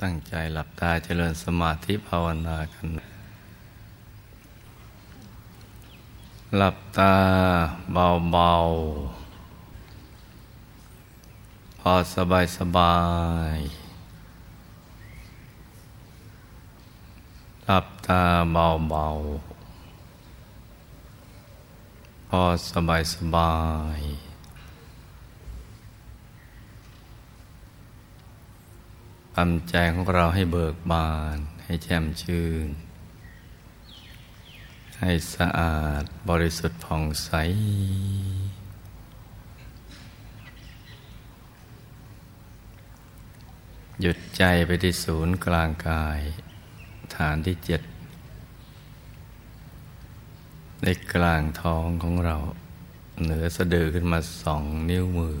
ตั้งใจหลับตาเจริญสมาธิภาวนากันหลับตาเบาๆพอสบายหลับตาเบาๆพอสบายทำใจของเราให้เบิกบานให้แจ่มชื่นให้สะอาดบริสุทธิ์ผ่องใสหยุดใจไปที่ศูนย์กลางกายฐานที่7ในกลางท้องของเราเหนือสะดือขึ้นมา2 นิ้วมือ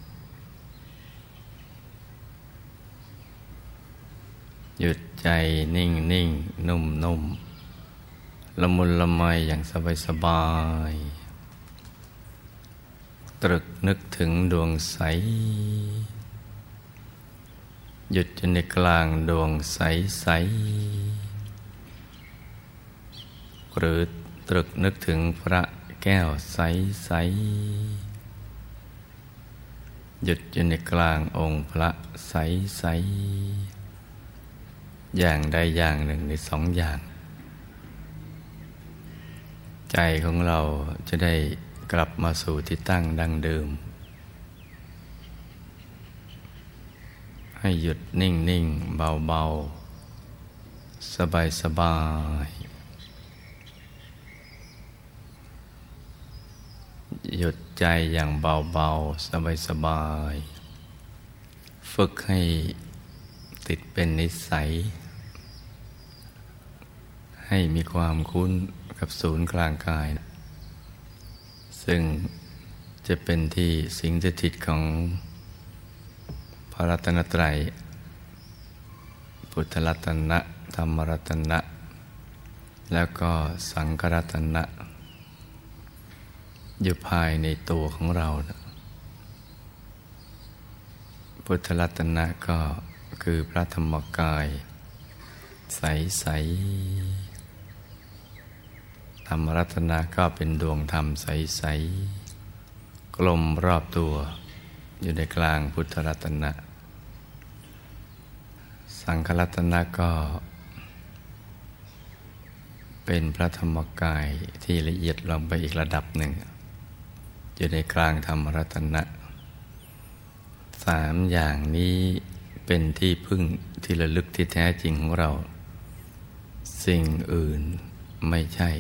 หยุดใจนิ่งนุ่มละมุนละไมอย่างสบายตรึกนึกถึงดวงใสหยุดอยู่ในกลางดวงใสหรือตรึกนึกถึงพระแก้วใสหยุดอยู่ในกลางองค์พระใสอย่างใดอย่างหนึ่งใน2 อย่างใจของเราจะได้กลับมาสู่ที่ตั้งดั้งเดิมให้หยุดนิ่งเบาสบายหยุดใจอย่างเบาสบายฝึกให้ติดเป็นนิสัยให้มีความคุ้นกับศูนย์กลางกายซึ่งจะเป็นที่สิงสถิตของพระรัตนตรัยพุทธรัตนะธรรมรัตนะแล้วก็สังฆรัตนะอยู่ภายในตัวของเราพุทธรัตนะก็คือพระธรรมกายใสธรรมรัตนะก็เป็นดวงธรรมใสกลมรอบตัวอยู่ในกลางพุทธรัตนะสังฆรัตนะก็เป็นพระธรรมกายที่ละเอียดลงไปอีกระดับหนึ่งอยู่ในกลางธรรมรัตนะ3 อย่างนี้เป็นที่พึ่งที่ระลึกที่แท้จริงของเราสิ่งอื่นไม่ใช่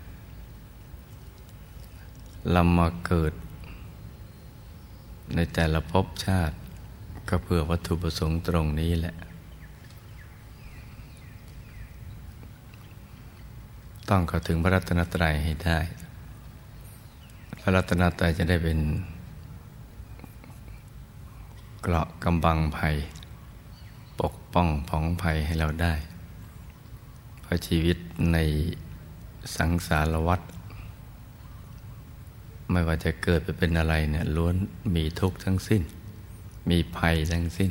เรามาเกิดในแต่ละภพชาติก็เพื่อวัตถุประสงค์ตรงนี้แหละต้องเข้าถึงพระรัตนตรัยให้ได้พระรัตนตรัยจะได้เป็นเกราะกำบังภัยปกป้องผองภัยให้เราได้เพราะชีวิตในสังสารวัฏไม่ว่าจะเกิดไปเป็นอะไรเนี่ยล้วนมีทุกข์ทั้งสิ้นมีภัยทั้งสิ้น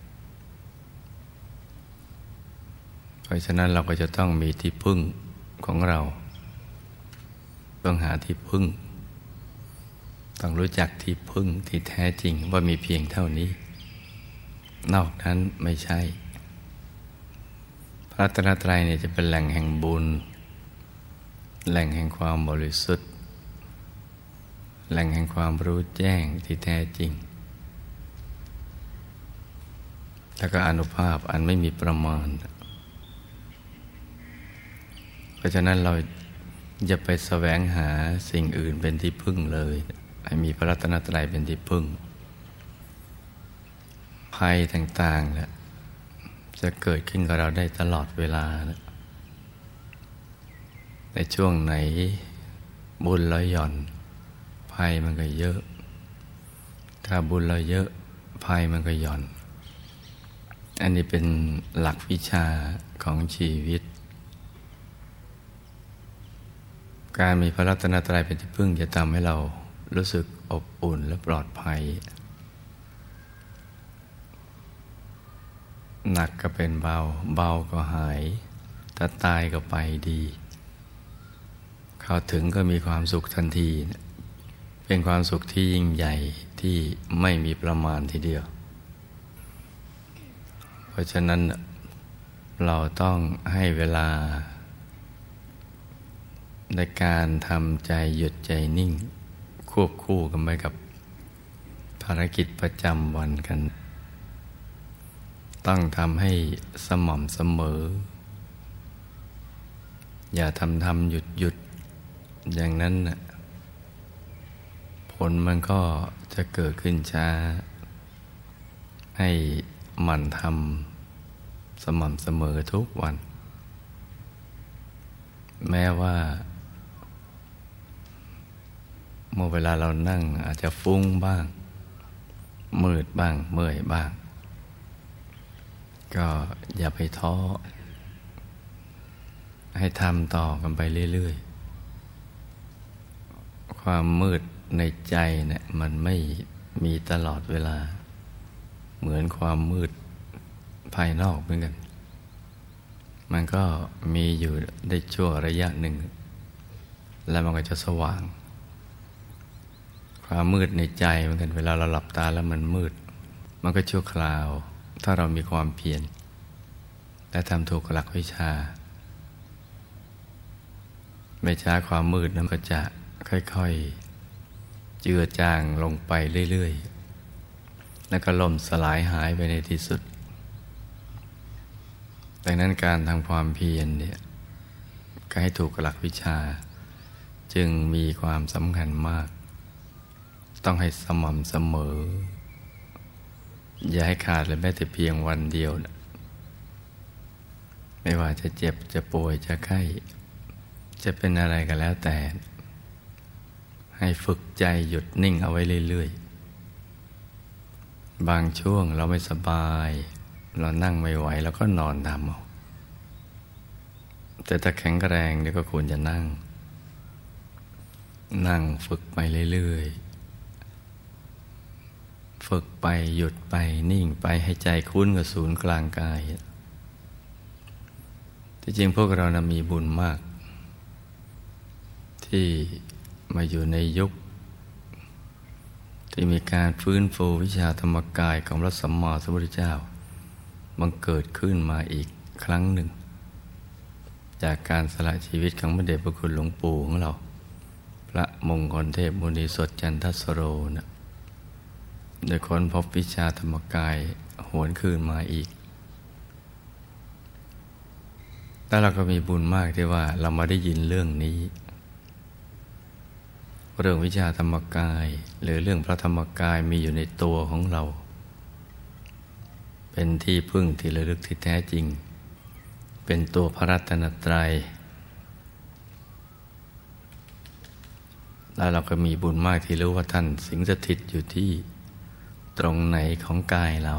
เพราะฉะนั้นเราก็จะต้องมีที่พึ่งของเราต้องหาที่พึ่งต้องรู้จักที่พึ่งที่แท้จริงว่ามีเพียงเท่านี้นอกนั้นไม่ใช่พระรัตนตรัยเนี่ยจะเป็นแหล่งแห่งบุญแหล่งแห่งความบริสุทธิ์แหล่งแห่งความรู้แจ้งที่แท้จริงแล้วก็อานุภาพอันไม่มีประมาณเพราะฉะนั้นเราอย่าไปแสวงหาสิ่งอื่นเป็นที่พึ่งเลยให้มีพระรัตนตรัยเป็นที่พึ่งภัยต่างๆเนี่ยจะเกิดขึ้นกับเราได้ตลอดเวลานะในช่วงไหนบุญเราหย่อนภัยมันก็เยอะถ้าบุญเราเยอะภัยมันก็หย่อนอันนี้เป็นหลักวิชาของชีวิตการมีพระรัตนตรัยเป็นที่พึ่งจะทำให้เรารู้สึกอบอุ่นและปลอดภัยหนักก็เป็นเบาเบาก็หายถ้าตายก็ไปดีเข้าถึงก็มีความสุขทันทีเป็นความสุขที่ยิ่งใหญ่ที่ไม่มีประมาณทีเดียวเพราะฉะนั้นเราต้องให้เวลาในการทำใจหยุดใจนิ่งควบคู่กันไปกับภารกิจประจำวันกันต้องทำให้สม่ำเสมออย่าทำหยุดอย่างนั้นน่ะผลมันก็จะเกิดขึ้นช้าให้หมั่นทำสม่ำเสมอทุกวันแม้ว่าเมื่อเวลาเรานั่งอาจจะฟุ้งบ้างมืดบ้างเมื่อยบ้างก็อย่าไปท้อให้ทำต่อกันไปเรื่อยๆความมืดในใจเนี่ยมันไม่มีตลอดเวลาเหมือนความมืดภายนอกเหมือนกันมันก็มีอยู่ได้ชั่วระยะหนึ่งแล้วมันก็จะสว่างความมืดในใจเหมือนกันเวลาเราหลับตาแล้วมันมืดมันก็ชั่วคราวถ้าเรามีความเพียรและทำถูกหลักวิชาไม่ช้าความมืดนั้นก็จะค่อยๆเจือจางลงไปเรื่อยๆแล้วก็ล่มสลายหายไปในที่สุดดังนั้นการทำความเพียรเนี่ยก็ให้ถูกหลักวิชาจึงมีความสำคัญมากต้องให้สม่ำเสมออย่าให้ขาดเลยแม้แต่เพียงวันเดียวนะไม่ว่าจะเจ็บจะป่วยจะไข้จะเป็นอะไรก็แล้วแต่ให้ฝึกใจหยุดนิ่งเอาไว้เรื่อยๆบางช่วงเราไม่สบายเรานั่งไม่ไหวแล้วก็นอนทำเอาแต่ถ้าแข็งแรงเนี่ยก็ควรจะนั่งฝึกไปเรื่อยๆฝึกไปหยุดไปนิ่งไปให้ใจคุ้นกับศูนย์กลางกายที่จริงพวกเรานะมีบุญมากที่มาอยู่ในยุคที่มีการฟื้นฟูวิชาธรรมกายของพระสัมมาสัมพุทธเจ้าบังเกิดขึ้นมาอีกครั้งหนึ่งจากการสละชีวิตของพระเดชพระคุณหลวงปู่ของเราพระมงคลเทพมุนีสดจันทสโรนะโดยค้นพบวิชาธรรมกายหวนคืนมาอีกแล้วเราก็มีบุญมากที่ว่าเรามาได้ยินเรื่องนี้เรื่องวิชาธรรมกายหรือเรื่องพระธรรมกายมีอยู่ในตัวของเราเป็นที่พึ่งที่ระลึกที่แท้จริงเป็นตัวพระรัตนตรัยแล้วเราก็มีบุญมากที่รู้ว่าท่านสิงสถิตอยู่ที่ตรงไหนของกายเรา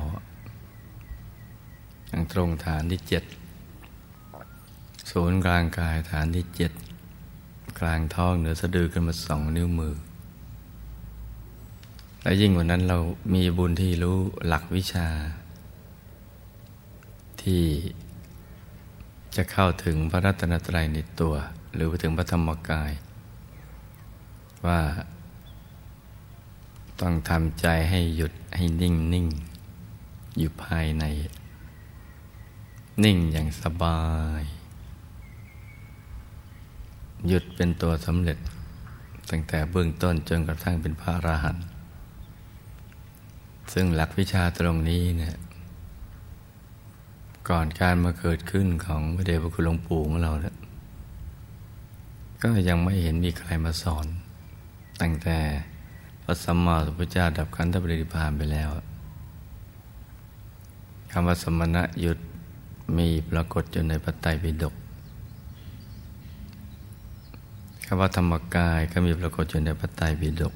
อย่างตรงฐานที่7ศูนย์กลางกายฐานที่7กลางท้องเหนือสะดือขึ้นมา2 นิ้วมือและยิ่งกว่านั้นเรามีบุญที่รู้หลักวิชาที่จะเข้าถึงพระรัตนตรัยในตัวหรือไปถึงพระธรรมกายว่าต้องทำใจให้หยุดให้นิ่งอยู่ภายในนิ่งอย่างสบายหยุดเป็นตัวสำเร็จตั้งแต่เบื้องต้นจนกระทั่งเป็นพระอรหันต์ซึ่งหลักวิชาตรงนี้เนี่ยก่อนการมาเกิดขึ้นของพระเดชพระคุณหลวงปู่ของเราเนี่ยก็ยังไม่เห็นมีใครมาสอนตั้งแต่พระสัมมาสัมพุทธเจ้าดับขันธปรินิพพานไปแล้วคำว่าสมณะหยุดมีปรากฏอยู่ในพระไตรปิฎกคำว่าธรรมกายก็มีปรากฏอยู่ในพระไตรปิฎก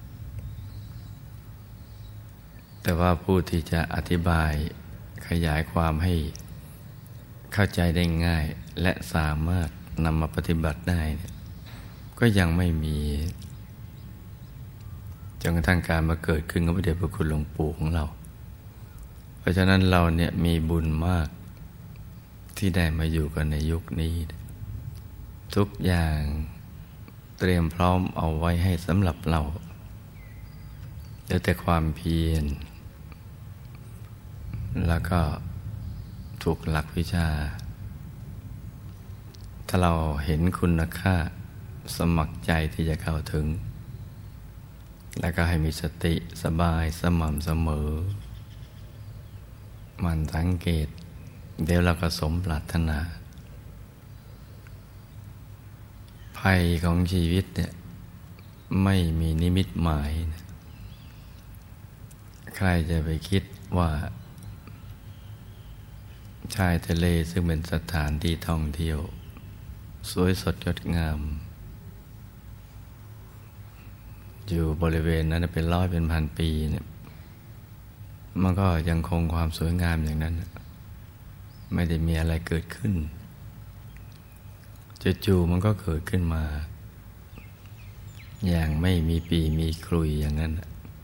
แต่ว่าผู้ที่จะอธิบายขยายความให้เข้าใจได้ง่ายและสามารถนำมาปฏิบัติได้ก็ยังไม่มีจนกระทั่งการมาเกิดขึ้นของพระเดชพระคุณหลวงปู่ของเราราะฉะนั้นเราเนี่ยมีบุญมากที่ได้มาอยู่กันในยุคนี้ ทุกอย่างเตรียมพร้อมเอาไว้ให้สำหรับเราเหลือแต่ความเพียรแล้วก็ถูกหลักวิชาถ้าเราเห็นคุณค่าสมัครใจที่จะเข้าถึงแล้วก็ให้มีสติสบายสม่ำเสมอมันสังเกตเดี๋ยวเราก็สมปรารถนาภัยของชีวิตเนี่ยไม่มีนิมิตหมายนะใครจะไปคิดว่าชายทะเลซึ่งเป็นสถานที่ท่องเที่ยวสวยสดงดงามอยู่บริเวณนั้นเป็นร้อยเป็นพันปีเนี่ยมันก็ยังคงความสวยงามอย่างนั้นไม่ได้มีอะไรเกิดขึ้นจู่ๆมันก็เกิดขึ้นมาอย่างไม่มีปีมีครุยอย่างนั้น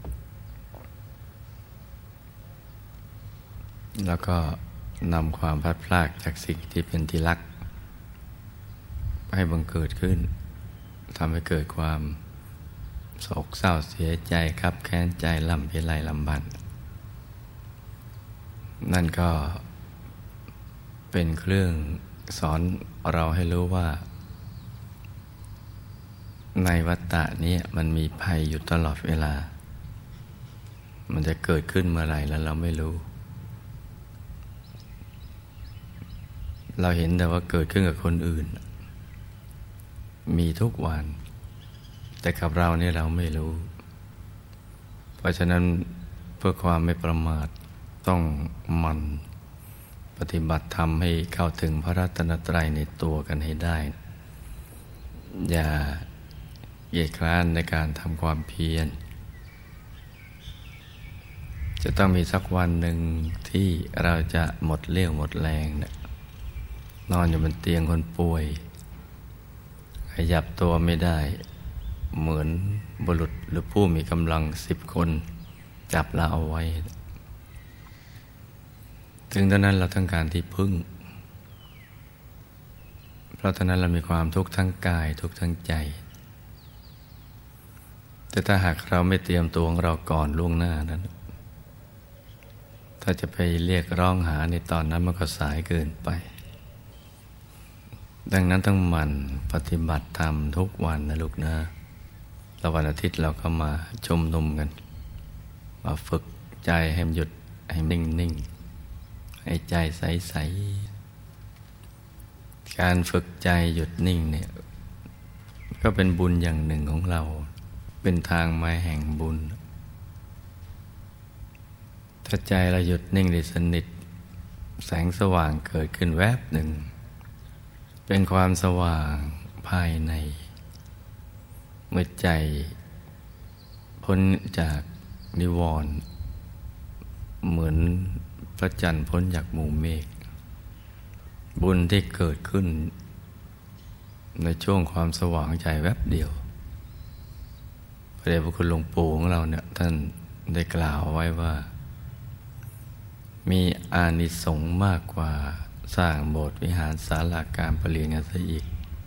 แล้วก็นำความพลัดพรากจากสิ่งที่เป็นที่รักให้บังเกิดขึ้นทำให้เกิดความโศกเศร้าเสียใจคับแค้นใจลำพิไรลำพันธ์นั่นก็เป็นเครื่องสอนเราให้รู้ว่าในวัฏฏะนี้มันมีภัยอยู่ตลอดเวลามันจะเกิดขึ้นเมื่อไหร่แล้วเราไม่รู้เราเห็นแต่ว่าเกิดขึ้นกับคนอื่นมีทุกวันแต่กับเราเนี่ยเราไม่รู้เพราะฉะนั้นเพื่อความไม่ประมาทต้องหมั่นปฏิบัติธรรมให้เข้าถึงพระรัตนตรัยในตัวกันให้ได้อย่าเกียจคร้านในการทำความเพียรจะต้องมีสักวันหนึ่งที่เราจะหมดเรี่ยวหมดแรงเนี่ยนอนอยู่บนเตียงคนป่วยขยับตัวไม่ได้เหมือนบุรุษหรือผู้มีกำลัง10 คนจับเราเอาไว้ถึงตอนนั้นเราต้องการที่พึ่งเพราะตอนนั้นเรามีความทุกข์ทั้งกายทุกข์ทั้งใจแต่ถ้าหากเราไม่เตรียมตัวของเราก่อนล่วงหน้านั้นถ้าจะไปเรียกร้องหาในตอนนั้นมันก็สายเกินไปดังนั้นต้องหมั่นปฏิบัติธรรมทุกวันนะลูกนะแล้ววันอาทิตย์เราก็มาชุมนุมกันมาฝึกใจให้มันหยุดให้นิ่งๆให้ใจใสๆการฝึกใจหยุดนิ่งเนี่ยก็เป็นบุญอย่างหนึ่งของเราเป็นทางมาแห่งบุญถ้าใจเราหยุดนิ่งได้สนิทแสงสว่างเกิดขึ้นแวบหนึ่งเป็นความสว่างภายในเมื่อใจพ้นจากนิวรณ์เหมือนพระจันทร์พ้นจากหมู่เมฆบุญที่เกิดขึ้นในช่วงความสว่างใจแวบเดียวพระเดชพระคุณหลวงปู่ของเราเนี่ยท่านได้กล่าวไว้ว่ามีอานิสงส์มากกว่าสร้างโบสถ์วิหารศาลาการประเรียนกันซะอีก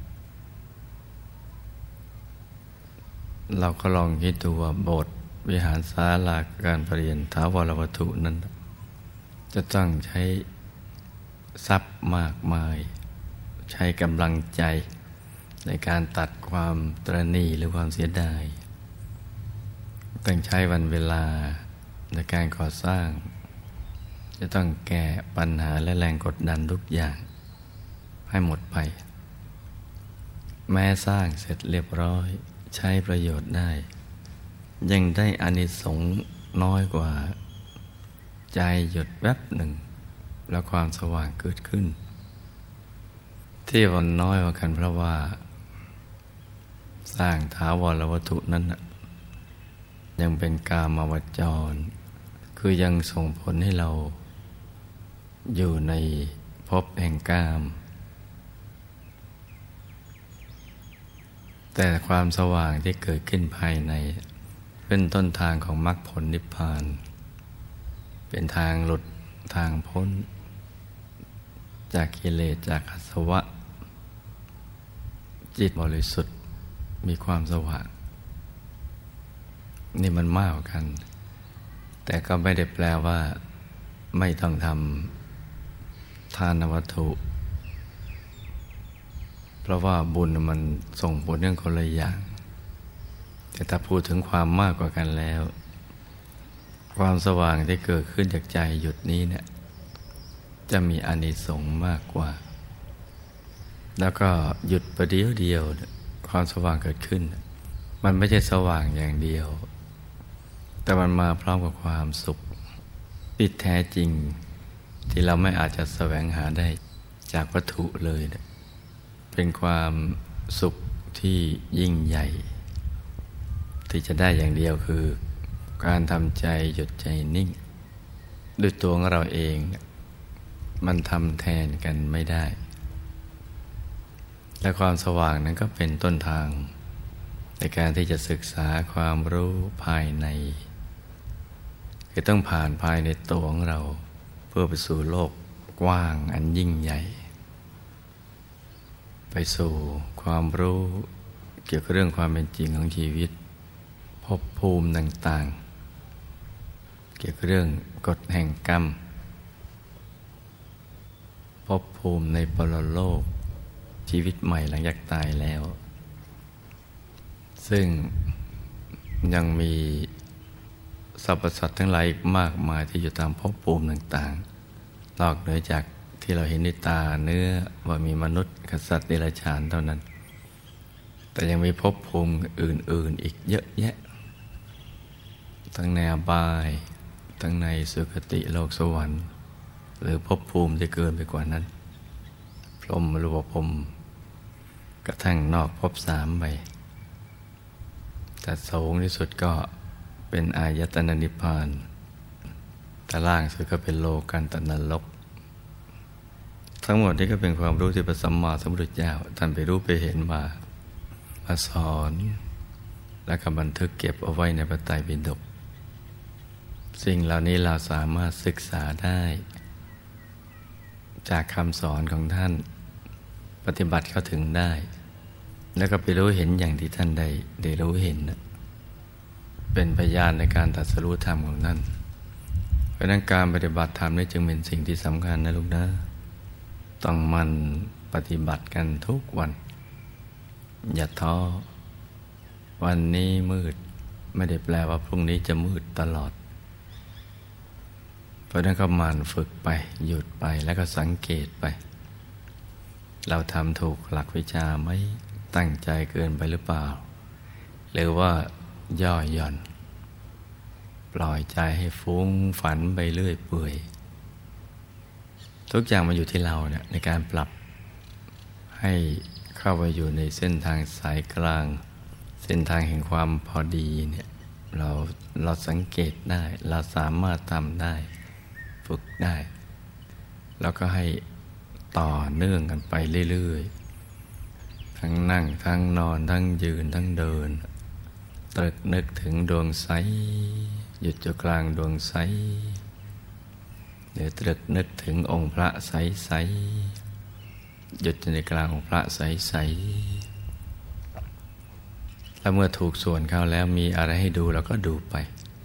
เราก็ลองคิดดูว่าโบสถ์วิหารศาลาการประเรียนถาวรวัตถุนั้นจะต้องใช้ทรัพย์มากมายใช้กำลังใจในการตัดความตระหนี่หรือความเสียดายต้องใช้วันเวลาในการก่อสร้างจะต้องแก้ปัญหาและแรงกดดันทุกอย่างให้หมดไปแม้สร้างเสร็จเรียบร้อยใช้ประโยชน์ได้ยังได้อานิสงส์น้อยกว่าใจหยุดแวบหนึ่งแล้วความสว่างเกิดขึ้นที่มันน้อยกว่ากันเพราะว่าสร้างถาวรวัตถุนั้นยังเป็นกามวจรคือยังส่งผลให้เราอยู่ในภพแห่งกามแต่ความสว่างที่เกิดขึ้นภายในเป็นต้นทางของมรรคผลนิพพานเป็นทางหลุดทางพ้นจากกิเลสจากอาสวะจิตบริสุทธิ์มีความสว่างนี่มันมากกว่ากันแต่ก็ไม่ได้แปลว่าไม่ต้องทำทานวัตถุเพราะว่าบุญมันส่งผลเรื่องคนละอย่างแต่ถ้าพูดถึงความมากกว่ากันแล้วความสว่างที่เกิดขึ้นจากใจหยุดนี้เนี่ยจะมีอานิสงส์มากกว่าแล้วก็หยุดประเดี๋ยวเดียวความสว่างเกิดขึ้นมันไม่ใช่สว่างอย่างเดียวแต่มันมาพร้อมกับความสุขที่แท้จริงที่เราไม่อาจจะแสวงหาได้จากวัตถุเลยเป็นความสุขที่ยิ่งใหญ่ที่จะได้อย่างเดียวคือการทำใจหยุดใจนิ่งด้วยตัวของเราเองมันทำแทนกันไม่ได้และความสว่างนั้นก็เป็นต้นทางในการที่จะศึกษาความรู้ภายในคือต้องผ่านภายในตัวของเราเพื่อไปสู่โลกกว้างอันยิ่งใหญ่ไปสู่ความรู้เกี่ยวกับเรื่องความเป็นจริงของชีวิตภพภูมิต่างๆเกี่ยวกับเรื่องกฎแห่งกรรมภพภูมิในปรโลกชีวิตใหม่หลังจากตายแล้วซึ่งยังมีสรรพสัตว์ทั้งหลายมากมายที่อยู่ตามภพภูมิต่างๆนอกเหนือจากที่เราเห็นด้วยตาเนื้อว่ามีมนุษย์กับสัตว์เดรัจฉานเท่านั้นแต่ยังมีภพภูมิอื่นๆอีกเยอะแยะทั้งในอบายทั้งในสุคติโลกสวรรค์หรือภพภูมิที่เกินไปกว่านั้นพรหมหรือว่าพรหมกระทั่งนอกภพสามไปแต่สูงที่สุดก็เป็นอายตนะนิพพานแต่ล่างสุดก็เป็นโลกันตนรกทั้งหมดนี้ก็เป็นความรู้ที่พระสัมมาสัมพุทธเจ้าท่านไปรู้ไปเห็นมาสอนและก็บันทึกเก็บเอาไว้ในพระไตรปิฎกสิ่งเหล่านี้เราสามารถศึกษาได้จากคำสอนของท่านปฏิบัติเข้าถึงได้แล้วก็ไปรู้เห็นอย่างที่ท่านได้รู้เห็นเป็นพยานในการตรัสรู้ธรรมของท่านเพราะนั้นการปฏิบัติธรรมนี่จึงเป็นสิ่งที่สำคัญนะลูกนะต้องมันปฏิบัติกันทุกวันอย่าท้อวันนี้มืดไม่ได้แปลว่าพรุ่งนี้จะมืดตลอดเพราะนั้นก็หมั่นฝึกไปหยุดไปแล้วก็สังเกตไปเราทำถูกหลักวิชาไหมตั้งใจเกินไปหรือเปล่าหรือว่าย่อหย่อนปล่อยใจให้ฟุ้งฝันไปเรื่อยเปื่อยทุกอย่างมันอยู่ที่เราเนี่ยในการปรับให้เข้าไปอยู่ในเส้นทางสายกลางเส้นทางแห่งความพอดีเนี่ยเราสังเกตได้เราสามารถทำได้ฝึกได้แล้วก็ให้ต่อเนื่องกันไปเรื่อยๆทั้งนั่งทั้งนอนทั้งยืนทั้งเดินตรึกนึกถึงดวงใสหยุดอยู่กลางดวงใสเดี๋ยวตรึกนึกถึงองค์พระใสๆหยุดอยู่ในกลางองค์พระใสๆแล้วเมื่อถูกส่วนเข้าแล้วมีอะไรให้ดูเราก็ดูไป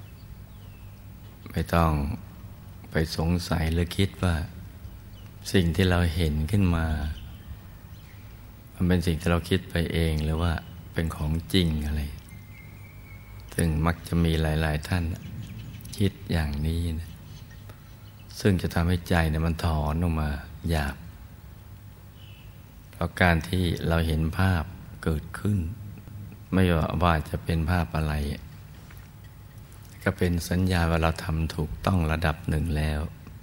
ไม่ต้องไปสงสัยหรือคิดว่าสิ่งที่เราเห็นขึ้นมามันเป็นสิ่งที่เราคิดไปเองหรือว่าเป็นของจริงอะไรซึ่งมักจะมีหลายๆท่านคิดอย่างนี้นะซึ่งจะทำให้ใจเนี่ยมันถอนออกมาหยาบเพราะการที่เราเห็นภาพเกิดขึ้นไม่ว่าจะเป็นภาพอะไรก็เป็นสัญญาว่าเราทำถูกต้องระดับหนึ่งแล้ว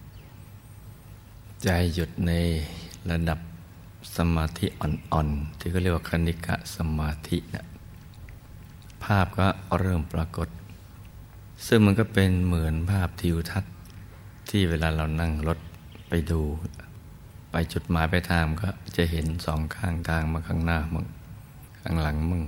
ใจหยุดในระดับสมาธิอ่อนๆที่เขาเรียกว่าคณิกะสมาธินะภาพก็เริ่มปรากฏซึ่งมันก็เป็นเหมือนภาพทิวทัศน์ที่เวลาเรานั่งรถไปดูไปจุดหมายปลายทางก็จะเห็นสองข้างทางมาข้างหน้ามึงข้างหลังมึง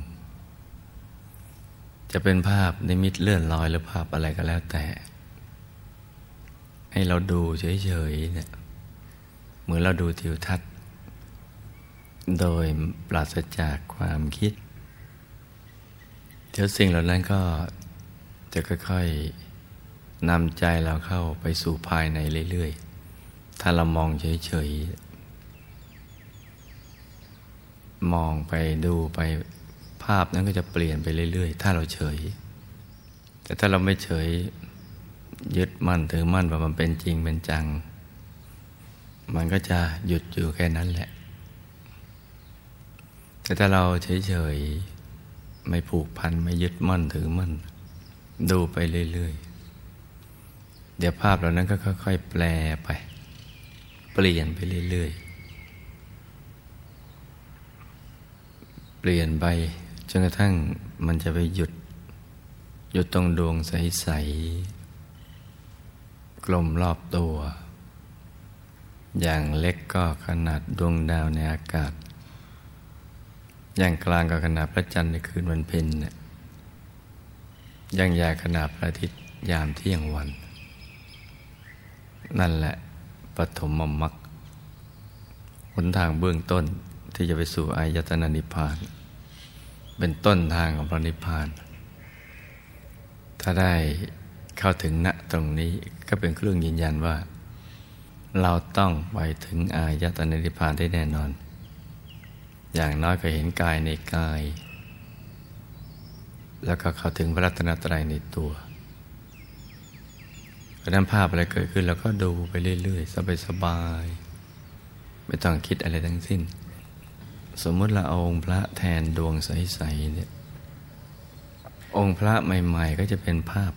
จะเป็นภาพนิมิตเลื่อนลอยหรือภาพอะไรก็แล้วแต่ใให้เราดูเฉยๆเนี่ยเหมือนเราดูทิวทัศน์โดยปราศจากความคิดเดี๋ยวสิ่งเหล่านั้นก็จะค่อยๆนำใจเราเข้าไปสู่ภายในเรื่อยๆถ้าเรามองเฉยๆมองไปดูไปภาพนั้นก็จะเปลี่ยนไปเรื่อยๆถ้าเราเฉยแต่ถ้าเราไม่เฉยยึดมั่นถือมั่นว่ามันเป็นจริงเป็นจังมันก็จะหยุดอยู่แค่นั้นแหละแต่ถ้าเราเฉยๆไม่ผูกพันไม่ยึดมั่นถือมั่นดูไปเรื่อยๆเดี๋ยวภาพเหล่านั้นก็ค่อยๆแปลไปเปลี่ยนไปเรื่อยๆเปลี่ยนไปจนกระทั่งมันจะไปหยุดตรงดวงใสๆกลมรอบตัวอย่างเล็กก็ขนาดดวงดาวในอากาศอย่างกลางก็ขนาดพระจันทร์ในคืนวันเพ็ญเนี่ยอย่างใหญ่ขนาดพระอาทิตย์ยามเที่ยงวันนั่นแหละปฐมมรรคหนทางเบื้องต้นที่จะไปสู่อายตนะนิพพานเป็นต้นทางของพระนิพพานถ้าได้เข้าถึงณตรงนี้ก็เป็นเครื่องยืนยันว่าเราต้องไปถึงอายตนะนิพพานได้แน่นอนอย่างน้อยก็เห็นกายในกายแล้วก็เข้าถึงพระรัตนตรัยในตัวเพราะนั้นภาพอะไรเกิดขึ้นเราก็ดูไปเรื่อยๆสบายๆไม่ต้องคิดอะไรทั้งสิ้นสมมติเราเอาองค์พระแทนดวงใสๆเนี่ยองค์พระใหม่ๆก็จะเป็นภาพ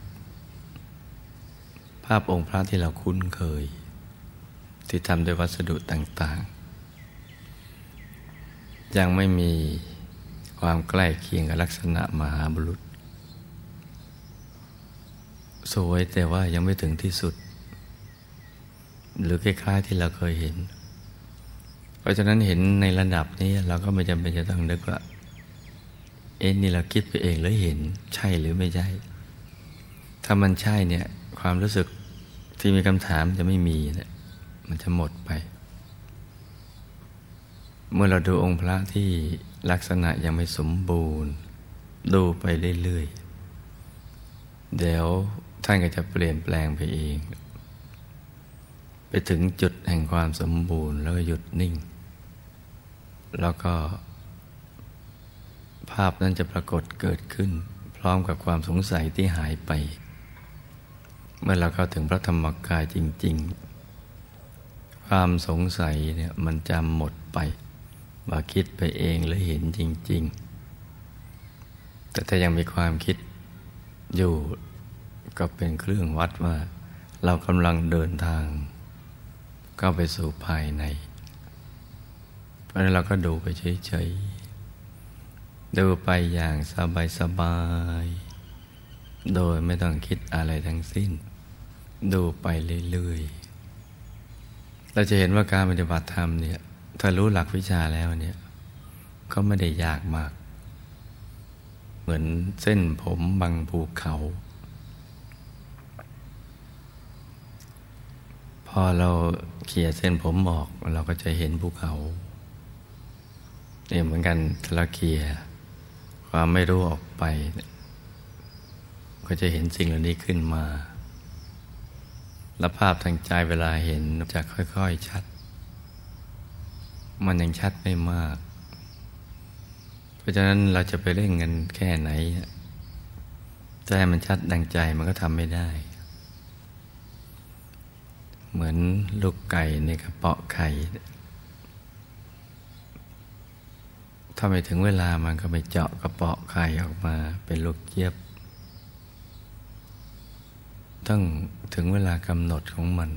องค์พระที่เราคุ้นเคยที่ทำด้วยวัสดุต่างๆยังไม่มีความใกล้เคียงกับลักษณะมหาบุรุษสวยแต่ว่ายังไม่ถึงที่สุดหรือคล้ายๆที่เราเคยเห็นเพราะฉะนั้นเห็นในระดับนี้เราก็ไม่จำเป็นจะต้องนึกว่านี่เราคิดไปเองหรือเห็นใช่หรือไม่ใช่ถ้ามันใช่เนี่ยความรู้สึกที่มีคำถามจะไม่มีเนี่ยมันจะหมดไปเมื่อเราดูองค์พระที่ลักษณะยังไม่สมบูรณ์ดูไปเรื่อยๆเดี๋ยวท่านก็จะเปลี่ยนแปลงไปเองไปถึงจุดแห่งความสมบูรณ์แล้วก็หยุดนิ่งแล้วก็ภาพนั้นจะปรากฏเกิดขึ้นพร้อมกับความสงสัยที่หายไปเมื่อเราเข้าถึงพระธรรมกายจริงๆความสงสัยเนี่ยมันจะหมดไปว่าคิดไปเองหรือเห็นจริงๆแต่ถ้ายังมีความคิดอยู่ก็เป็นเครื่องวัดว่าเรากำลังเดินทางเข้าไปสู่ภายในเพราะนั้นเราก็ดูไปเฉยๆดูไปอย่างสบายๆโดยไม่ต้องคิดอะไรทั้งสิ้นดูไปเรื่อยๆเราจะเห็นว่าการปฏิบัติธรรมเนี่ยถ้ารู้หลักวิชาแล้วเนี่ยก็ไม่ได้ยากมากเหมือนเส้นผมบังภูเขาพอเราเขี่ยเส้นผมออกเราก็จะเห็นภูเขาเนี่ยเหมือนกันถ้าเราเขี่ยความไม่รู้ออกไปก็จะเห็นสิ่งเหล่านี้ขึ้นมาและภาพทางใจเวลาเห็นจะค่อยๆชัดมันยังชัดไม่มากเพราะฉะนั้นเราจะไปเร่งกันแค่ไหนจะให้มันชัดดังใจมันก็ทำไม่ได้เหมือนลูกไก่ในกระเปาะไข่ถ้าไม่ถึงเวลามันก็ไปเจาะกระเปาะไข่ออกมาเป็นลูกเจี๊ยบต้องถึงเวลากำหนดของมัน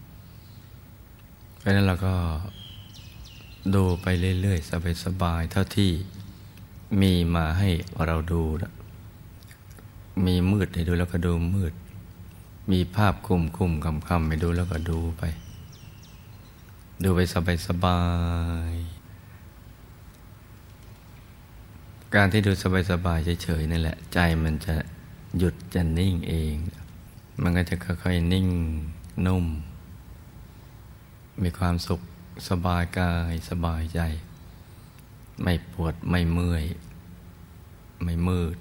เพราะฉะนั้นเราก็ดูไปเรื่อยๆสบายๆเท่าที่มีมาให้เราดูมีมืดให้ดูแล้วก็ดูมืดมีภาพคุมคำให้ดูแล้วก็ดูไปไปสบายๆการที่ดูสบายๆเฉยๆนั่นแหละใจมันจะหยุดจะนิ่งเองมันก็จะค่อยๆนิ่งนุ่มมีความสุขสบายกายสบายใจไม่ปวดไม่เมื่อยไม่มืด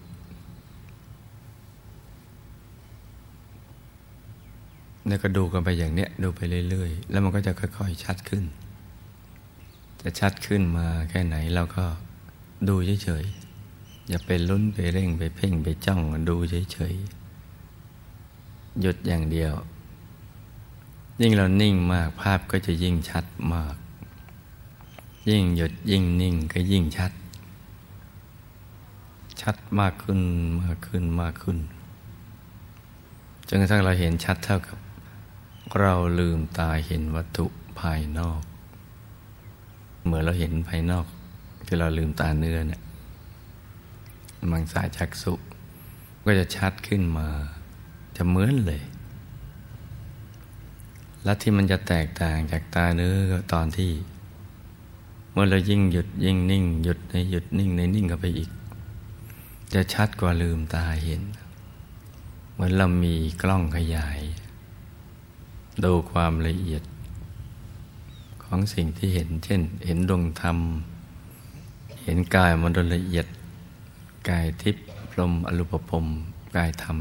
แล้วก็ดูกันไปอย่างเนี้ยดูไปเรื่อยๆแล้วมันก็จะค่อยๆชัดขึ้นจะชัดขึ้นมาแค่ไหนเราก็ดูเฉยๆอย่าไปลุ้นไปเร่งไปเพ่งไปจ้องดูเฉยๆหยุดอย่างเดียวยิ่งเรานิ่งมากภาพก็จะยิ่งชัดมากยิ่งหยุดยิ่งนิ่งก็ยิ่งชัดมากขึ้นมากขึ้นมากขึ้นจนกระทั่งเราเห็นชัดเท่ากับเราลืมตาเห็นวัตถุภายนอกเหมือนเราเห็นภายนอกที่เราลืมตาเนื้อเนี่ยมังสาจักษุก็จะชัดขึ้นมาจะเหมือนเลยและที่มันจะแตกต่างจากตาเนื้อก็ตอนที่เมื่อเรายิ่งหยุดยิ่งนิ่งหยุดในหยุดนิ่งในนิ่งเข้าไปอีกจะชัดกว่าลืมตาเห็นเหมือนเรามีกล้องขยายดูความละเอียดของสิ่งที่เห็นเช่นเห็นดวงธรรมเห็นกายมันละเอียดกายทิพย์พรหมอรูปพรหมกายธรรม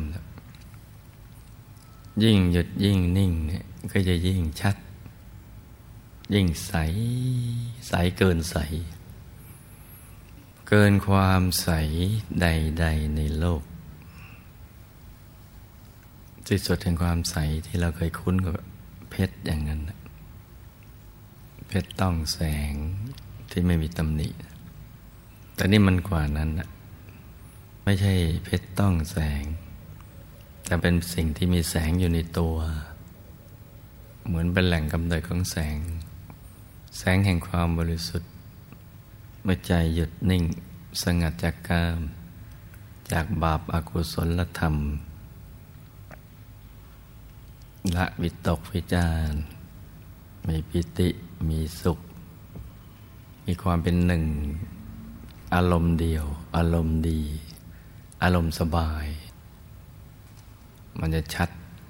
ยิ่งหยุดยิ่งนิ่งเนี่ยก็จะยิ่งชัดยิ่งใสใสเกินใสเกินความใสใดๆในโลกที่สุดแห่งความใสที่เราเคยคุ้นกับเพชรอย่างนั้นเพชรต้องแสงที่ไม่มีตำหนิแต่นี่มันกว่านั้นนะไม่ใช่เพชรต้องแสงแต่เป็นสิ่งที่มีแสงอยู่ในตัวเหมือนเป็นแหล่งกำเนิดของแสงแห่งความบริสุทธิ์เมื่อใจหยุดนิ่งสงัดจากกามจากบาปอกุศลธรรมละวิตกวิจารมีปิติมีสุขมีความเป็นหนึ่งอารมณ์เดียวอารมณ์ดีอารมณ์สบายมันจะชัด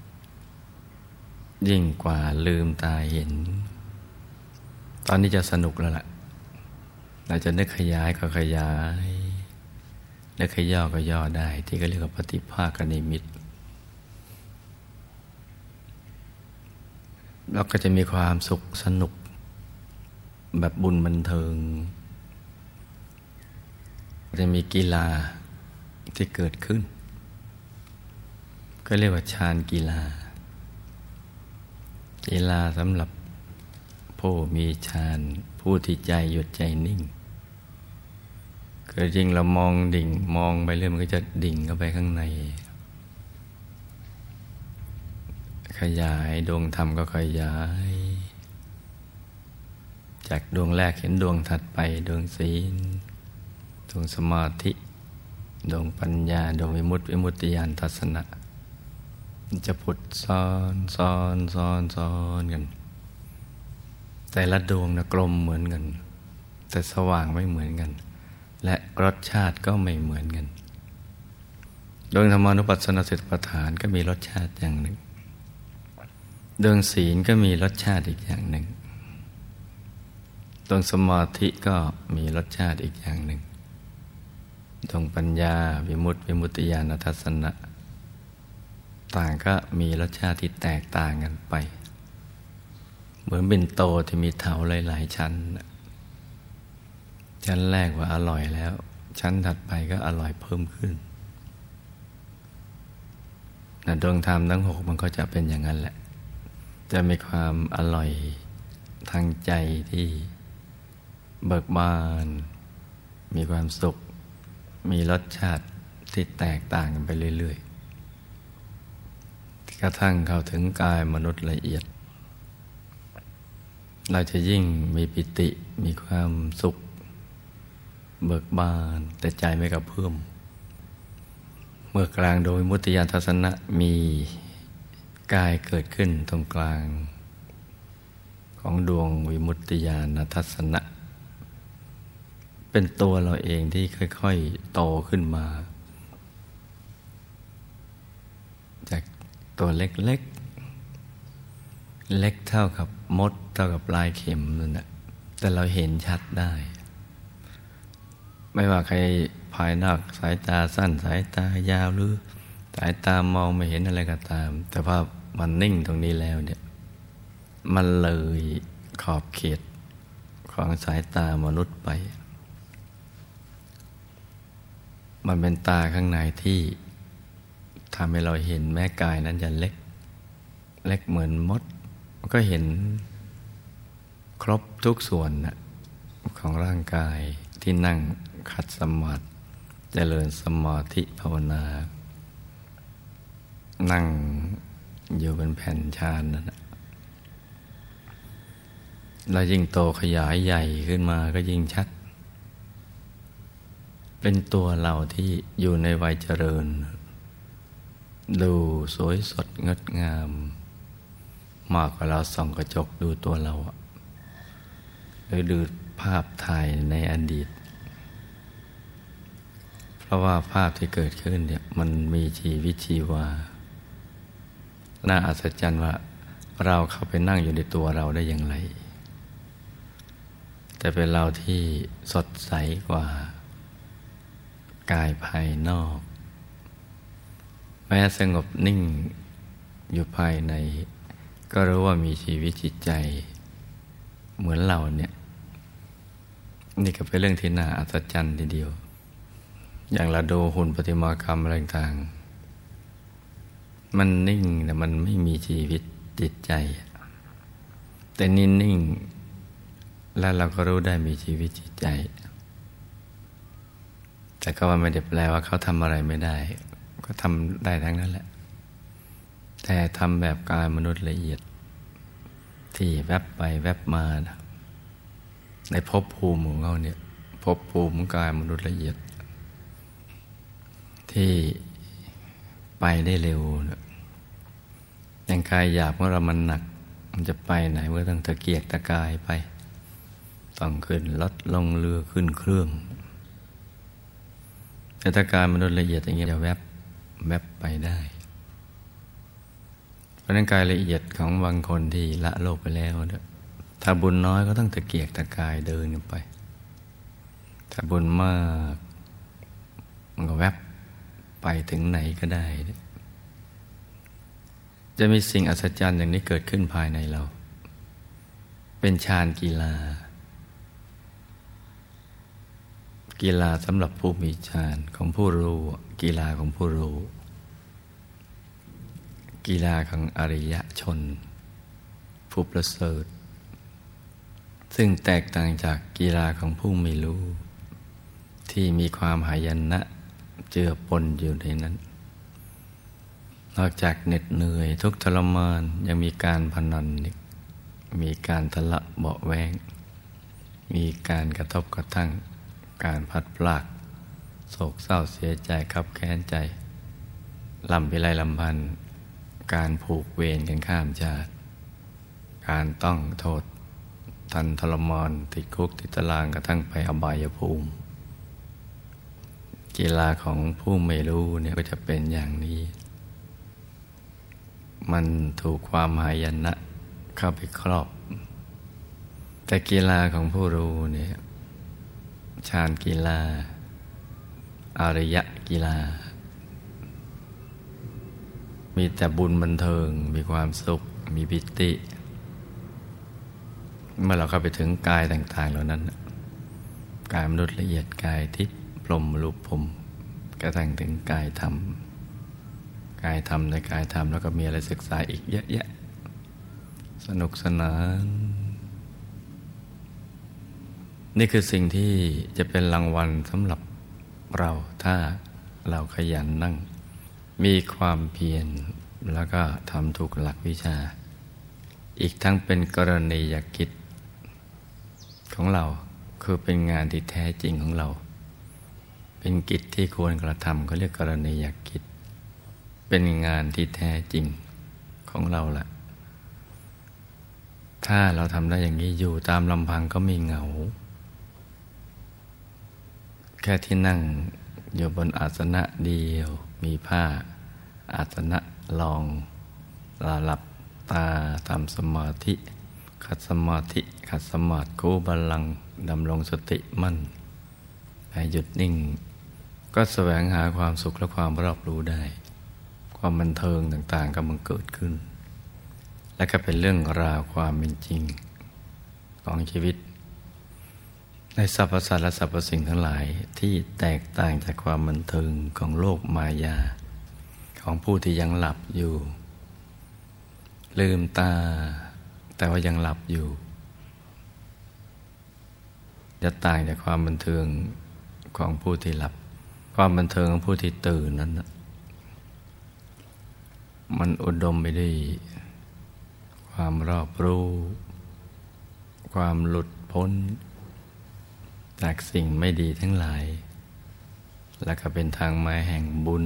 ยิ่งกว่าลืมตาเห็นตอนนี้จะสนุกแล้วล่ะเราจะนึกขยายก็ขยายนึกขย่อก็ย่อได้ที่เขาเรียกว่าปฏิภาคนิมิตเราก็จะมีความสุขสนุกแบบบุญบันเทิงจะมีกีฬาที่เกิดขึ้นก็เรียกว่าฌานกีฬาสำหรับผู้มีฌานผู้ที่ใจหยุดใจนิ่งคือจริงเรามองดิ่งมองไปเรื่อยมันก็จะดิ่งเข้าไปข้างในขยายดวงธรรมก็ขยายจากดวงแรกเห็นดวงถัดไปดวงศีลดวงสมาธิดวงปัญญาดวงวิมุตติญาณทัศนะมันจะผุดซ้อนกันแต่ละดวงนะกลมเหมือนกันแต่สว่างไม่เหมือนกันและรสชาติก็ไม่เหมือนกันดวงธรรมานุปัสสนาสติปัฏฐานก็มีรสชาติอย่างหนึ่งดวงศีลก็มีรสชาติอีกอย่างหนึ่งดวงสมาธิก็มีรสชาติอีกอย่างหนึ่งดวงปัญญาวิมุตติญาณทัศนะต่างก็มีรสชาติที่แตกต่างกันไปเหมือนปิ่นโตที่มีเถาหลายๆชั้นชั้นแรกว่าอร่อยแล้วชั้นถัดไปก็อร่อยเพิ่มขึ้นดวงธรรมทั้งหกมันก็จะเป็นอย่างนั้นแหละจะมีความอร่อยทางใจที่เบิกบานมีความสุขมีรสชาติที่แตกต่างกันไปเรื่อยๆกระทั่งเข้าถึงกายมนุษย์ละเอียดเราจะยิ่งมีปิติมีความสุขเบิกบานแต่ใจไม่กระเพื่อมเมื่อกลางโดยมุตติญาณทัศนะมีกายเกิดขึ้นตรงกลางของดวงวิมุตติญาณทัศนะเป็นตัวเราเองที่ค่อยๆโตขึ้นมาจากตัวเล็กเล็กเท่ากับมดเท่ากับปลายเข็มนั่นแหละแต่เราเห็นชัดได้ ไม่ว่าใครภายนอกสายตาสั้นสายตายาวหรือสายตามองไม่เห็นอะไรก็ตาม แต่พอมันนิ่งตรงนี้แล้วเนี่ยมันเลยขอบเขตของสายตามนุษย์ไป มันเป็นตาข้างในที่ทำให้เราเห็นแม้กายนั้นจะเล็กเล็กเหมือนมดมันก็เห็นครบทุกส่วนนะของร่างกายที่นั่งขัดสมาธิเจริญสมาธิภาวนานั่งอยู่เป็นแผ่นฌานนั่นนะแล้วยิ่งโตขยายใหญ่ขึ้นมาก็ยิ่งชัดเป็นตัวเราที่อยู่ในวัยเจริญดูสวยสดงดงามมากกว่าเราส่องกระจกดูตัวเราหรือดูภาพถ่ายในอดีตเพราะว่าภาพที่เกิดขึ้นเนี่ยมันมีชีวิตชีวาน่าอัศจรรย์ว่าเราเข้าไปนั่งอยู่ในตัวเราได้อย่างไรแต่เป็นเราที่สดใสกว่ากายภายนอกแม้สงบนิ่งอยู่ภายในก็รู้ว่ามีชีวิตจิตใจเหมือนเราเนี่ยนี่ก็เป็นเรื่องที่น่าอัศจรรย์ทีเดียวอย่างเราดูหุ่นประติมากรรมอะไรต่างมันนิ่งแต่มันไม่มีชีวิตจิตใจแต่นิ่งๆแล้วเราก็รู้ได้มีชีวิตจิตใจแต่ก็ว่าไม่ได้แปลว่าเขาทำอะไรไม่ได้ก็ทำได้ทั้งนั้นแหละแต่ทำแบบกายมนุษย์ละเอียดที่แวบไปแวบมานะในภพภูมิของเขาเนี่ยภพภูมิของกายมนุษย์ละเอียดที่ไปได้เร็วนะอย่างกายหยาบของเรามันหนักมันจะไปไหนเมื่อต้องตะเกียกตะกายไปต้องขึ้นรถลงเรือขึ้นเครื่องแต่ถ้ากายมนุษย์ละเอียดอย่างเงี้ยจะแวบไปได้เพราะนั้นกายละเอียดของบางคนที่ละโลกไปแล้วเนี่ยถ้าบุญน้อยก็ต้องตะเกียกตะกายเดินกันไปถ้าบุญมากมันก็แวบไปถึงไหนก็ได้จะมีสิ่งอัศจรรย์อย่างนี้เกิดขึ้นภายในเราเป็นฌานกีฬาสำหรับผู้มีฌานของผู้รู้กีฬาของผู้รู้กีฬาของอริยชนผู้ประเสริฐซึ่งแตกต่างจากกีฬาของผู้ไม่รู้ที่มีความหายันนะเจือปนอยู่ในนั้นนอกจากเหน็ดเหนื่อยทุกข์ทรมานยังมีการพนันมีการทะเลาะเบาะแว้งมีการกระทบกระทั่งการพัดพลากโศกเศร้าเสียใจคับแค้นใจลำพิไรลำพันธ์การผูกเวรกันข้ามชาติการต้องโทษทันทรมานติดคุกติดตารางกระทั่งไปอบายภูมิกีฬาของผู้ไม่รู้เนี่ยก็จะเป็นอย่างนี้มันถูกความหายนะเข้าไปครอบแต่กีฬาของผู้รู้เนี่ยฌานกีฬาอริยกีฬามีแต่บุญบันเทิงมีความสุขมีปิติเมื่อเราเข้าไปถึงกายต่างๆเหล่านั้นกายมนุษย์ละเอียดกายทิพย์พรหมรูปพรหมกระทั่งถึงกายธรรมกายธรรมในกายธรรมแล้วก็มีอะไรศึกษาอีกเยอะแยะสนุกสนานนี่คือสิ่งที่จะเป็นรางวัลสำหรับเราถ้าเราขยันนั่งมีความเพียรแล้วก็ทำถูกหลักวิชาอีกทั้งเป็นกรณียกิจของเราคือเป็นงานที่แท้จริงของเราเป็นกิจที่ควรกระทำเขาเรียกกรณียกิจเป็นงานที่แท้จริงของเราล่ะถ้าเราทำได้อย่างนี้อยู่ตามลำพังก็ไม่เหงาแค่ที่นั่งอยู่บนอาสนะเดียวมีผ้าอาสนะรองหลับตาทำสมาธิขัดสมาธิขัดสมาธิคู่บัลลังก์ดำรงสติมั่นให้หยุดนิ่งก็แสวงหาความสุขและความรอบรู้ได้ความบันเทิงต่างๆก็มันเกิดขึ้นและก็เป็นเรื่องราวความเป็นจริงของชีวิตในสรรพสัตว์และสรรพสิ่งทั้งหลายที่แตกต่างจากความบันเทิงของโลกมายาของผู้ที่ยังหลับอยู่ลืมตาแต่ว่ายังหลับอยู่จะต่างจากความบันเทิงของผู้ที่หลับความบันเทิงของผู้ที่ตื่นนั้นมันอุดมไปด้วยความรอบรู้ความหลุดพ้นจากสิ่งไม่ดีทั้งหลายและก็เป็นทางมาแห่งบุญ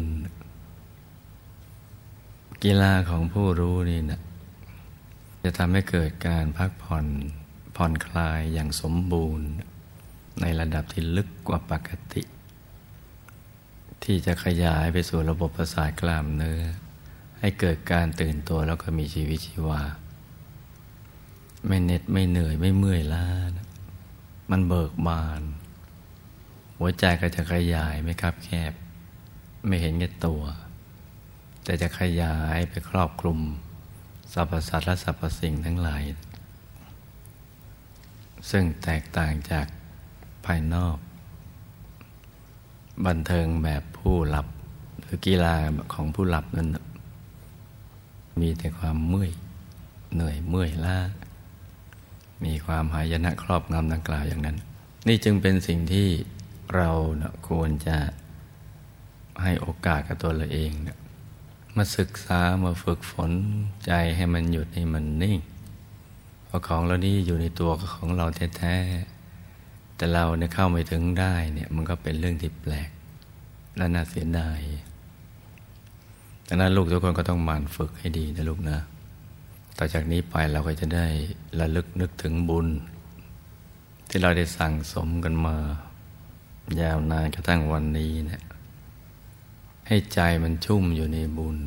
กีฬาของผู้รู้นี่นะจะทำให้เกิดการพักผ่อนคลายอย่างสมบูรณ์ในระดับที่ลึกกว่าปกติที่จะขยายไปสู่ระบบประสาทกล้ามเนื้อให้เกิดการตื่นตัวแล้วก็มีชีวิตชีวาไม่เหน็ดไม่เหนื่อยไม่เมื่อยล้านะมันเบิกบานหัวใจก็จะขยายไม่คับแคบไม่เห็นแก่ตัวแต่จะขยายไปครอบคลุมสรรพสัตว์และสรรพสิ่งทั้งหลายซึ่งแตกต่างจากภายนอกบันเทิงแบบผู้หลับหรือกีฬาของผู้หลับนั้นมีแต่ความเมื่อยเหนื่อยเมื่อยล้ามีความหายนะครอบงำดังกล่าวอย่างนั้นนี่จึงเป็นสิ่งที่เราควรจะให้โอกาสกับตัวเราเองมาศึกษามาฝึกฝนใจให้มันหยุดให้มันนิ่งเพราะของเรานี่อยู่ในตัวของเราแท้ๆแต่เราเนี่ยเข้าไม่ถึงได้เนี่ยมันก็เป็นเรื่องที่แปลกและน่าเสียดายดังนั้นลูกทุกคนก็ต้องหมั่นฝึกให้ดีนะลูกนะต่อจากนี้ไปเราก็จะได้ระลึกนึกถึงบุญที่เราได้สั่งสมกันมายาวนานกระทั่งวันนี้เนี่ยให้ใจมันชุ่มอยู่ในบุญ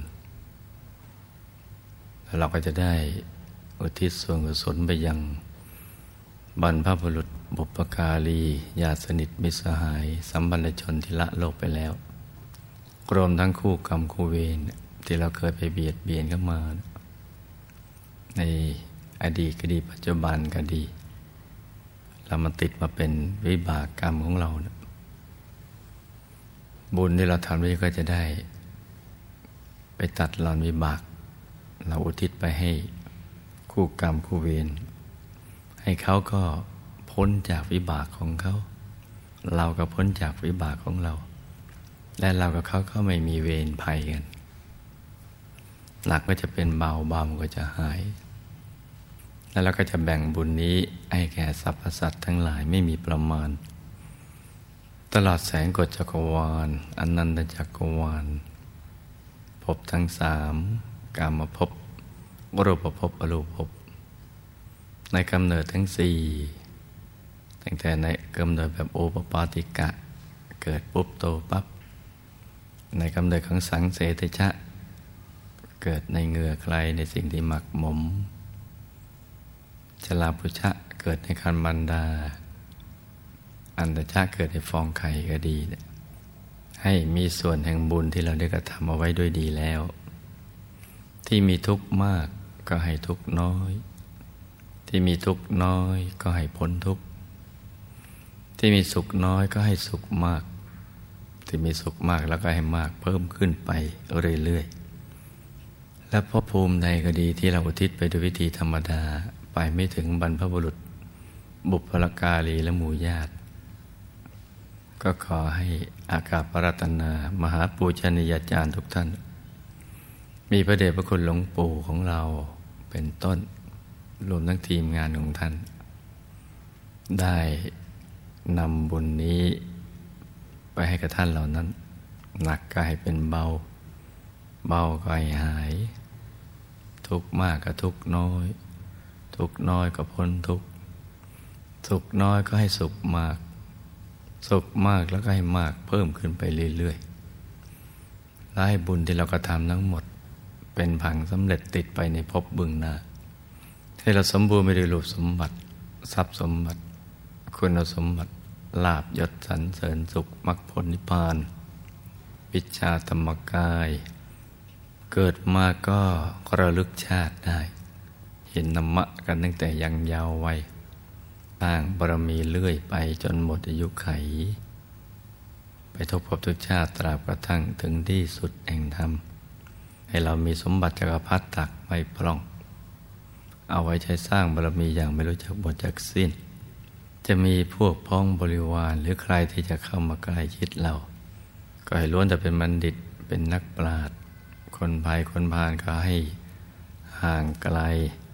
แล้วเราก็จะได้อุทิศส่วนกุศลไปยังบรรพบุรุษบุพการีญาติสนิทมิตรสหายสัมพันธชนที่ละโลกไปแล้วรวมทั้งคู่กรรมคู่เวรที่เราเคยไปเบียดเบียนเข้ามาในอดีตก็ดีปัจจุบันก็ดีเรามาติดมาเป็นวิบากกรรมของเรานะบุญที่เราทำนี้ก็จะได้ไปตัดรอนวิบากเราอุทิศไปให้คู่กรรมคู่เวรให้เขาก็พ้นจากวิบากของเขาเราก็พ้นจากวิบากของเราและเรากับเขาก็ไม่มีเวรภัยกันหนักก็จะเป็นเบามันก็จะหายแล้วเราก็จะแบ่งบุญนี้ให้แก่สรรพสัตว์ทั้งหลายไม่มีประมาณตลอดแสงกฎจักรวาลอนันตจักรวาลภพทั้งสามกามภพรูปภพอรูปภพในกำเนิดทั้งสี่ตั้งแต่ในกำเนิดแบบโอปปาติกะเกิดปุ๊บโตปั๊บในกำเนิดของสังเสทชะเกิดในเหงื่อใครในสิ่งที่หมักหมมชลาภุชะเกิดในครรภ์มารดาอันตชะเกิดในฟองไข่ก็ดีให้มีส่วนแห่งบุญที่เราได้กระทำเอาไว้ด้วยดีแล้วที่มีทุกข์มากก็ให้ทุกข์น้อยที่มีทุกข์น้อยก็ให้พ้นทุกข์ที่มีสุขน้อยก็ให้สุขมากที่มีสุขมากแล้วก็ให้มากเพิ่มขึ้นไปเรื่อยๆและภพภูมิใดก็ดีที่เราอุทิศไปด้วยวิธีธรรมดาไปไม่ถึงบรรพบุรุษบุพการีและหมู่ญาติก็ขอให้อากาศปรัตนามหาปูชนียาจารย์ทุกท่านมีพระเดชพระคุณหลวงปู่ของเราเป็นต้นรวมทั้งทีมงานของท่านได้นำบุญนี้ไปให้กับท่านเหล่านั้นหนักก็ให้เป็นเบาก็ให้หายทุกข์มากก็ทุกข์น้อยทุกข์น้อยก็พ้นทุกข์สุขน้อยก็ให้สุขมากสุขมากแล้วก็ให้มากเพิ่มขึ้นไปเรื่อยๆและให้บุญที่เรากระทำทั้งหมดเป็นผังสำเร็จติดไปในภพเบื้องหน้าให้เราสมบูรณ์ไปด้วยรูปสมบัติทรัพย์สมบัติคุณสมบัติลาภยศสรรเสริญสุขมรรคผลนิพพานวิชาธรรมกายเกิดมาก็ระลึกชาติได้เห็นธรรมะกันตั้งแต่ยังเยาว์วัยสร้างบารมีเรื่อยไปจนหมดอายุไขไปทุกภพทุกชาติตราบกระทั่งถึงที่สุดแห่งธรรมให้เรามีสมบัติจักรพรรดิตักไม่พร่องเอาไว้ใช้สร้างบารมีอย่างไม่รู้จักหมดจักสิ้นจะมีพวกพ้องบริวารหรือใครที่จะเข้ามาใกล้ชิดเราก็ให้ล้วนแต่เป็นบัณฑิตเป็นนักปราชญ์คนภัยคนพาลก็ให้ห่างไกล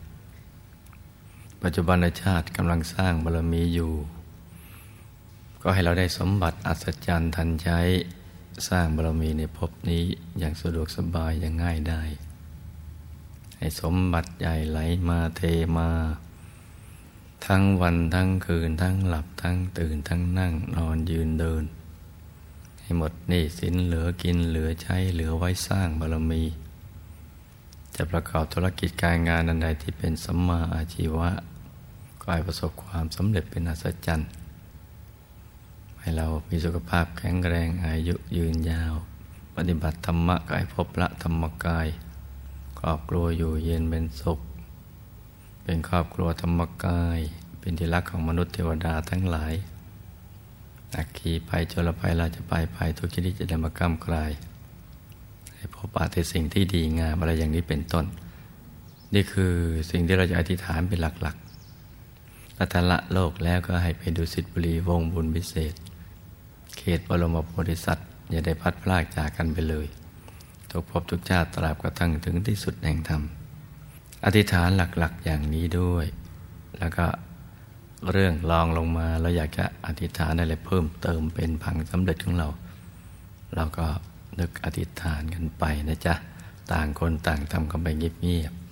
ปัจจุบันชาติกำลังสร้างบารมีอยู่ก็ให้เราได้สมบัติอัศจรรย์ทันใช้สร้างบารมีในภพนี้อย่างสะดวกสบายอย่างง่ายได้ให้สมบัติใหญ่ไหลมาเทมาทั้งวันทั้งคืนทั้งหลับทั้งตื่นทั้งนั่งนอนยืนเดินให้หมดหนี้สินเหลือกินเหลือใช้เหลือไว้สร้างบารมีจะประกอบธุรกิจการงานอันใดที่เป็นสัมมาอาชีวะก็ให้ประสบความสำเร็จเป็นอัศจรรย์ให้เรามีสุขภาพแข็งแรงอายุยืนยาวปฏิบัติธรรมะก็ให้พบพระธรรมกายครอบครัวอยู่เย็นเป็นสุขเป็นครอบครัวธรรมกายเป็นที่รักของมนุษย์เทวดาทั้งหลายอัคคีภัยโจรภัยราชภัยทุกชนิดจะได้มากำกลายให้พบปะแต่สิ่งที่ดีงามอะไรอย่างนี้เป็นต้นนี่คือสิ่งที่เราจะอธิษฐานเป็นหลักๆและถ้าละโลกแล้วก็ให้ไปดุสิตบุรีวงบุญพิเศษเขตบรมโพธิสัตว์อย่าได้พัดพรากจากกันไปเลยทุกภพทุกชาติตราบกระทั่งถึงที่สุดแห่งธรรมอธิษฐานหลักๆอย่างนี้ด้วยแล้วก็เรื่องรองลงมาเราอยากจะอธิษฐานอะไรเพิ่มเติมเป็นผังสำเร็จของเราก็นึกอธิษฐานกันไปนะจ๊ะต่างคนต่างทำกันไปเงียบๆ